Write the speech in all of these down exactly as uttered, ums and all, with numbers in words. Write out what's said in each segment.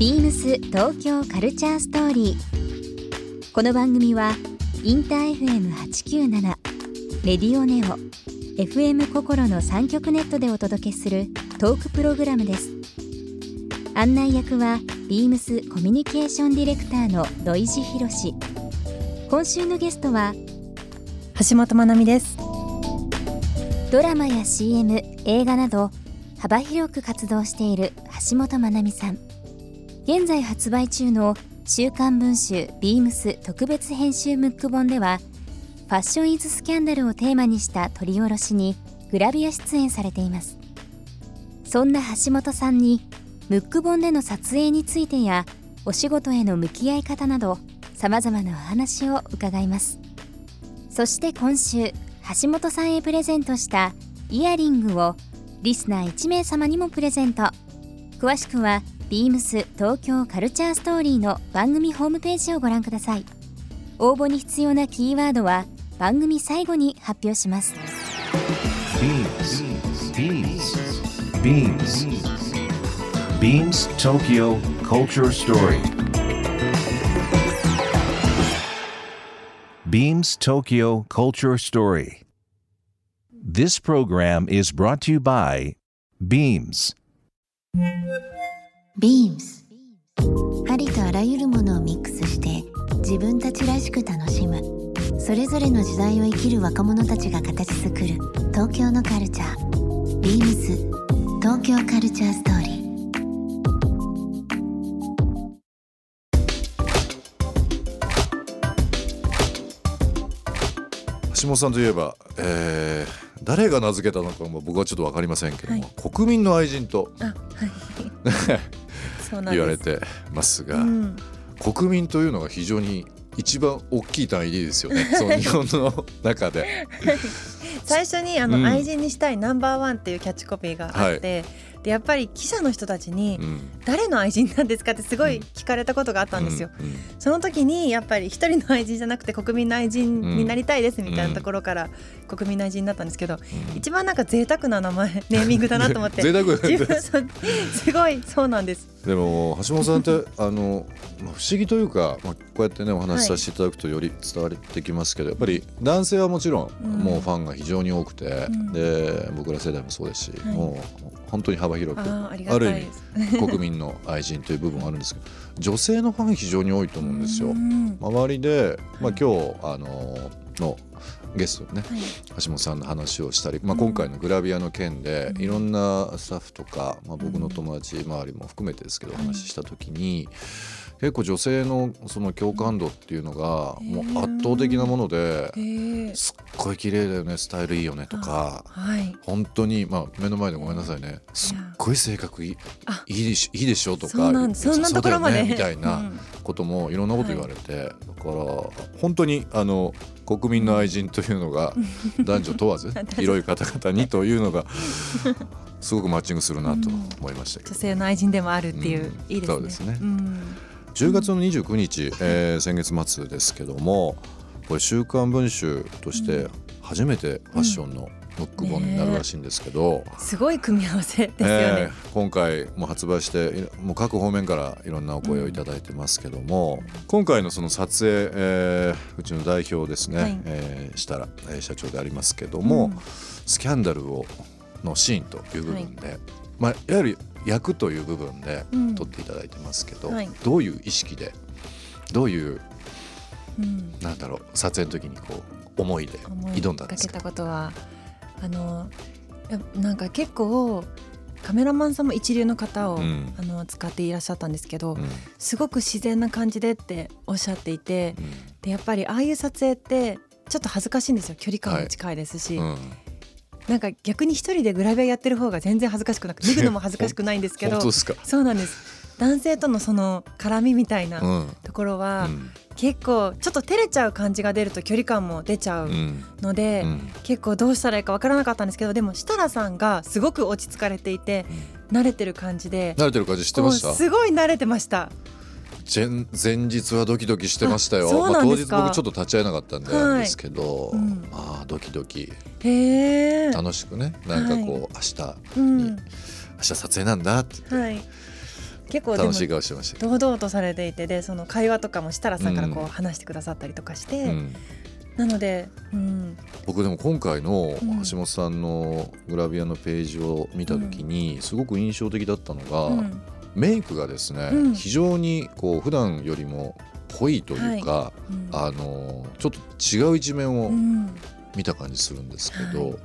ビームス東京カルチャーストーリー。この番組はインター エフエムはちきゅうなな、レディオネオ、エフエム 心のさん局ネットでお届けするトークプログラムです。案内役はビームスコミュニケーションディレクターの土井博志。今週のゲストは橋本まなみです。 ドラマや シーエム、映画など幅広く活動している橋本まなみさん。現在発売中の週刊文集ビームス特別編集ムック本では、ファッションイズスキャンダルをテーマにした撮り下ろしにグラビア出演されています。そんな橋本さんにムック本での撮影についてやお仕事への向き合い方など様々なお話を伺います。そして今週橋本さんへプレゼントしたイヤリングをリスナーいち名様にもプレゼント。詳しくはビームス東京カルチャーストーリーの番組ホームページをご覧ください。応募に必要なキーワードは番組最後に発表します。 ビームス ビームス ビームス Tokyo Culture Story Beams Tokyo Culture Story. This program is brought to you by Beams。 ビームス ありとあらゆるものをミックスして自分たちらしく楽しむ、それぞれの時代を生きる若者たちが形作る東京のカルチャー。ビームス東京カルチャーストーリー。 橋本さんといえば、えー、誰が名付けたのかも僕はちょっと分かりませんけども、はい、国民の愛人とあ、はいそうなんです言われてますが、 うん、 国民というのが非常に一番大きい単位ですよねその日本の中で最初にあの、 うん、 愛人にしたいナンバーワンっていうキャッチコピーがあって、はい、でやっぱり記者の人たちに、うん、誰の愛人なんですかってすごい聞かれたことがあったんですよ、うんうん、その時にやっぱり一人の愛人じゃなくて国民の愛人になりたいですみたいなところから国民の愛人になったんですけど、うん、一番なんか贅沢な名前ネーミングだなと思って贅沢自分そすごいそうなんです。 でも橋本さんってあの不思議というか、まあ、こうやってねお話しさせていただくとより伝わってきますけど、やっぱり男性はもちろん、うん、もうファンが非常に多くて、うん、で僕ら世代もそうですし、はい、もう本当に幅広く あ, あ, ある意味国民の愛人という部分があるんですけど女性のファン非常に多いと思うんですよ。周りで、まあ、今日あののゲストね、はい、橋本さんの話をしたり、まあ、今回のグラビアの件で、うん、いろんなスタッフとか、まあ、僕の友達周りも含めてですけど、うん、お話しした時に結構女性のその共感度っていうのがもう圧倒的なもので、すっごい綺麗だよね、スタイルいいよねとか、はい、本当に、まあ、目の前でごめんなさいね、すっごい性格いい、いいでし、いいでしょとか、 そんな、そんなところまで、 ね、みたいなこともいろんなこと言われて、はい、だから本当にあの国民の愛人というのが男女問わず広い方々にというのがすごくマッチングするなと思いましたけど、 女性の愛人でもあるっていう、うん、いいですね。 そうですね、うん、じゅうがつのにじゅうくにち、えー、先月末ですけども、これ週刊文集として初めてファッションのムック本になるらしいんですけど、 うん、すごい組み合わせですよね、 えー、今回も発売してもう各方面からいろんなお声をいただいてますけども、うん、今回のその撮影、えー、うちの代表ですね、はい、えー、設楽、えー、社長でありますけども、うん、スキャンダルをのシーンという部分で、はい、まあ、いわゆる役という部分で撮っていただいてますけど、うん、はい、どういう意識でどういう、うん、なんだろう、撮影の時にこう思いで挑んだんですか？ 思いかけたことはあのなんか結構カメラマンさんも一流の方を、うん、あの使っていらっしゃったんですけど、うん、すごく自然な感じでっておっしゃっていて、うん、でやっぱりああいう撮影ってちょっと恥ずかしいんですよ。距離感も近いですし、はい、うん、なんか逆に一人でグラビアやってる方が全然恥ずかしくなくて脱ぐのも恥ずかしくないんですけど本当ですか？ そうなんです。男性とのその絡みみたいなところは、うん、結構ちょっと照れちゃう感じが出ると距離感も出ちゃうので、うんうん、結構どうしたらいいか分からなかったんですけど、でも設楽さんがすごく落ち着かれていて、うん、慣れてる感じで慣れてる感じしてました？ すごい慣れてました。 前, 前日はドキドキしてましたよ。まあ、当日僕ちょっと立ち会えなかったんでなんですけど、はい、うん、まあ、ドキドキへ楽しくね、なんかこう、はい、明日に、うん、明日撮影なんだって言って、はい、 結構でも楽しい顔してました。 堂々とされていて、でその会話とかも設楽さんからこう話してくださったりとかして、うん、なので、うん、 僕でも今回の橋本さんのグラビアのページを見た時にすごく印象的だったのが、うん、メイクがですね、うん、非常にこう普段よりも濃いというか、はいうん、あのちょっと違う一面を見た感じするんですけど、うんはい、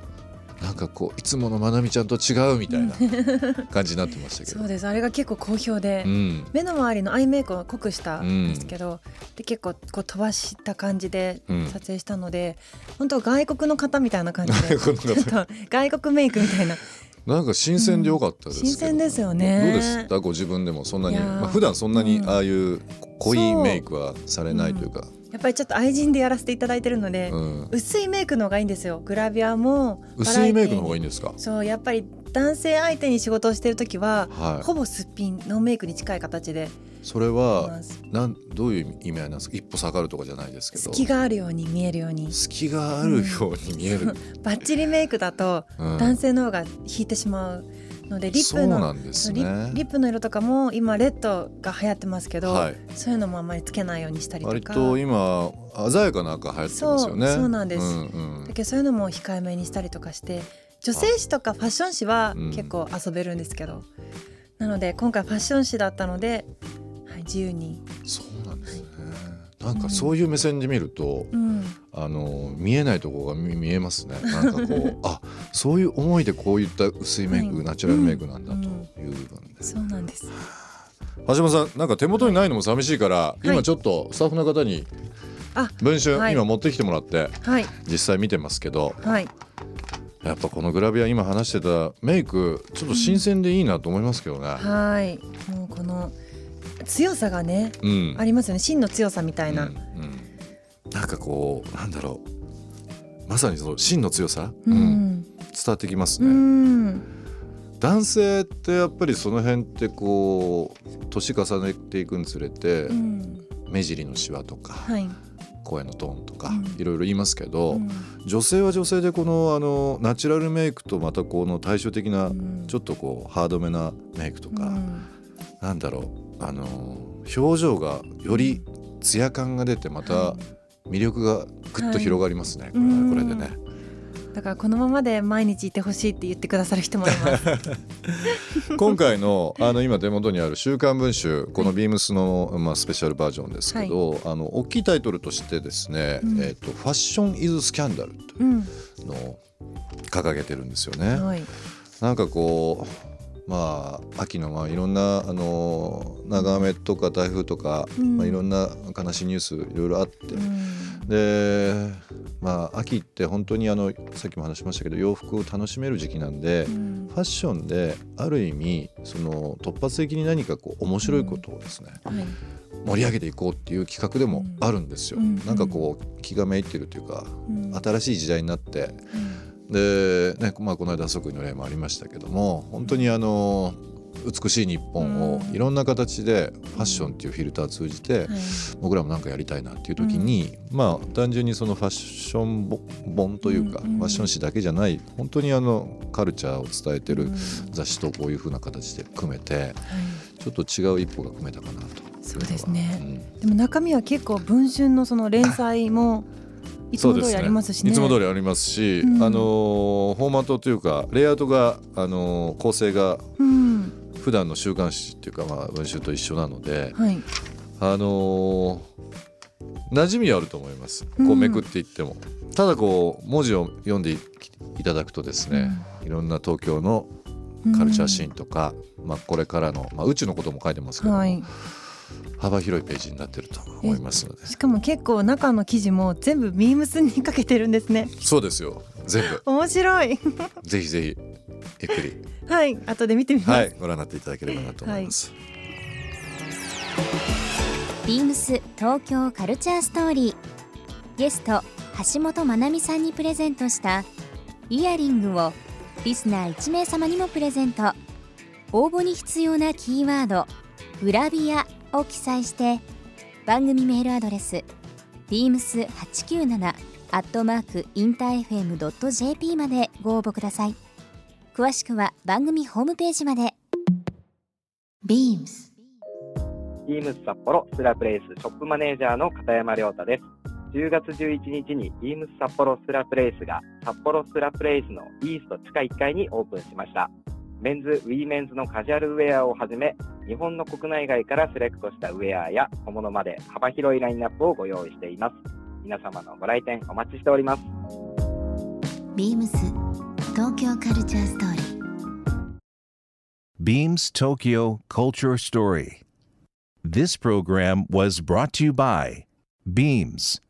なんかこういつものまなみちゃんと違うみたいな感じになってましたけどそうです、あれが結構好評で、うん、目の周りのアイメイクを濃くしたんですけど、うん、で結構こう飛ばした感じで撮影したので、うん、本当外国の方みたいな感じでちょっと外国メイクみたいななんか新鮮でよかったですけど、 うん、新鮮ですよね。 どうでしたご自分でもそんなに、まあ、普段そんなにああいう濃いメイクはされないというか、 うん、やっぱりちょっと愛人でやらせていただいてるので、うん、薄いメイクの方がいいんですよ。グラビアも薄いメイクの方がいいんですか。 そうやっぱり男性相手に仕事をしているときは、はい、ほぼすっぴんノーメイクに近い形で。 それはなんどういう意味合いなんですか。一歩下がるとかじゃないですけど、 隙があるように見えるように隙があるように見える、うん、 バッチリメイクだと男性の方が引いてしまうので、リップの、そうなんですね、リ, リップの色とかも今レッドが流行ってますけど、はい、そういうのもあんまりつけないようにしたりとか。 割と今鮮やかな赤流行ってますよね。 そう、そうなんです、うんうん、だけどそういうのも控えめにしたりとかして、女性誌とかファッション誌は結構遊べるんですけど、うん、なので今回ファッション誌だったので、はい、自由に。 そうなんですね、はい、なんかそういう目線で見ると、うん、あの見えないところが 見, 見えますね。なんかこうあそういう思いでこういった薄いメイク、はい、ナチュラルメイクなんだという部分で、 うん、そうなんです。 橋本さん、なんか手元にないのも寂しいから、はい、今ちょっとスタッフの方に文春、はい、今持ってきてもらって、はい、実際見てますけど、はい、やっぱこのグラビア今話してたメイクちょっと新鮮でいいなと思いますけどね、 うん、はいもうこの強さがね、うん、ありますよね。芯の強さみたいな、うんうん、 なんかこうなんだろう、まさにその芯の強さ、うんうん、伝わってきますね、うん、男性ってやっぱりその辺ってこう年重ねていくにつれて、うん、目尻のシワとか、はい、声のトーンとか、うん、いろいろ言いますけど、うん、女性は女性でこの、あのナチュラルメイクとまたこの対照的な、うん、ちょっとこうハードめなメイクとか、うん、なんだろうあの表情がよりツヤ感が出てまた魅力がぐっと広がりますね、はい、これ、これでね。 だからこのままで毎日いてほしいって言ってくださる人もいます今回 の, あの今手元にある週刊文春このビームスの、まあ、スペシャルバージョンですけど、はい、あの大きいタイトルとしてですね、うんえーと、ファッションイズスキャンダルというのを掲げてるんですよね、うんはい、なんかこうまあ、秋のまあいろんなあの長雨とか台風とか、うんまあ、いろんな悲しいニュースいろいろあって、うん、で、まあ、秋って本当にあのさっきも話しましたけど洋服を楽しめる時期なんで、うん、ファッションである意味その突発的に何かこう面白いことをですね、うんはい、盛り上げていこうっていう企画でもあるんですよ、うん、なんかこう気がめいってるというか、うん、新しい時代になって、うんでねまあ、この間即位の例もありましたけども本当にあの美しい日本をいろんな形でファッションっていうフィルターを通じて僕らもなんかやりたいなっていう時に、まあ単純にそのファッション本というかファッション誌だけじゃない本当にあのカルチャーを伝えてる雑誌とこういう風な形で組めてちょっと違う一歩が組めたかなと。 そうですね、うん、でも中身は結構文春のその連載もいつも通りありますしね。 いつも通りありますし、うん、あのフォーマットというかレイアウトがあの構成が普段の週刊誌っていうか、まあ、文春と一緒なので、はい、あの馴染みはあると思います。こうめくっていっても、うん、ただこう文字を読んでいただくとですね、うん、いろんな東京のカルチャーシーンとか、うんまあ、これからの、まあ、宇宙のことも書いてますけども、はい幅広いページになっていると思いますので。 しかも結構中の記事も全部ビームスにかけてるんですね。 そうですよ全部面白いぜひぜひゆっくりはい後で見てみます、はい、 ご覧になっていただければなと思います、はい、 ビームス東京カルチャーストーリーゲスト橋本まなみさんにプレゼントしたイヤリングをリスナーいち名様にもプレゼント。応募に必要なキーワードグラビアを記載して番組メールアドレス ビームスはちきゅうなな アットマーク インターエフエム ドット ジェーピー までご応募ください。詳しくは番組ホームページまで。 ビームスビームス札幌スラプレイスショップマネージャーの片山亮太です。じゅうがつじゅういちにちにビームス札幌スラプレイスが札幌スラプレイスのイースト地下いっかいにオープンしました。メンズ・ウィーメンズのカジュアルウェアをはじめ、日本の国内外からセレクトしたウェアや小物まで幅広いラインナップをご用意しています。皆様のご来店お待ちしております。 ビームス東京カルチャーストーリー Beams Tokyo Culture Story. This program was brought to you by Beams.